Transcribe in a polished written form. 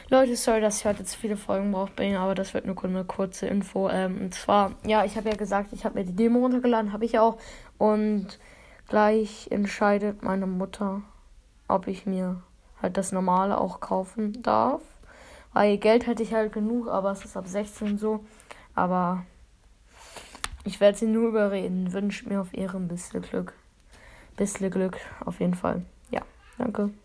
Leute, sorry, dass ich heute zu viele Folgen brauche, aber das wird nur eine kurze Info. Und zwar, ja, ich habe ja gesagt, ich habe mir die Demo runtergeladen, habe ich auch. Und gleich entscheidet meine Mutter, ob ich mir halt das Normale auch kaufen darf. Weil Geld hätte ich halt genug, aber es ist ab 16 so. Aber ich werde sie nur überreden. Wünsche mir auf Ehre ein bisschen Glück. Bisschen Glück, auf jeden Fall. Ja, danke.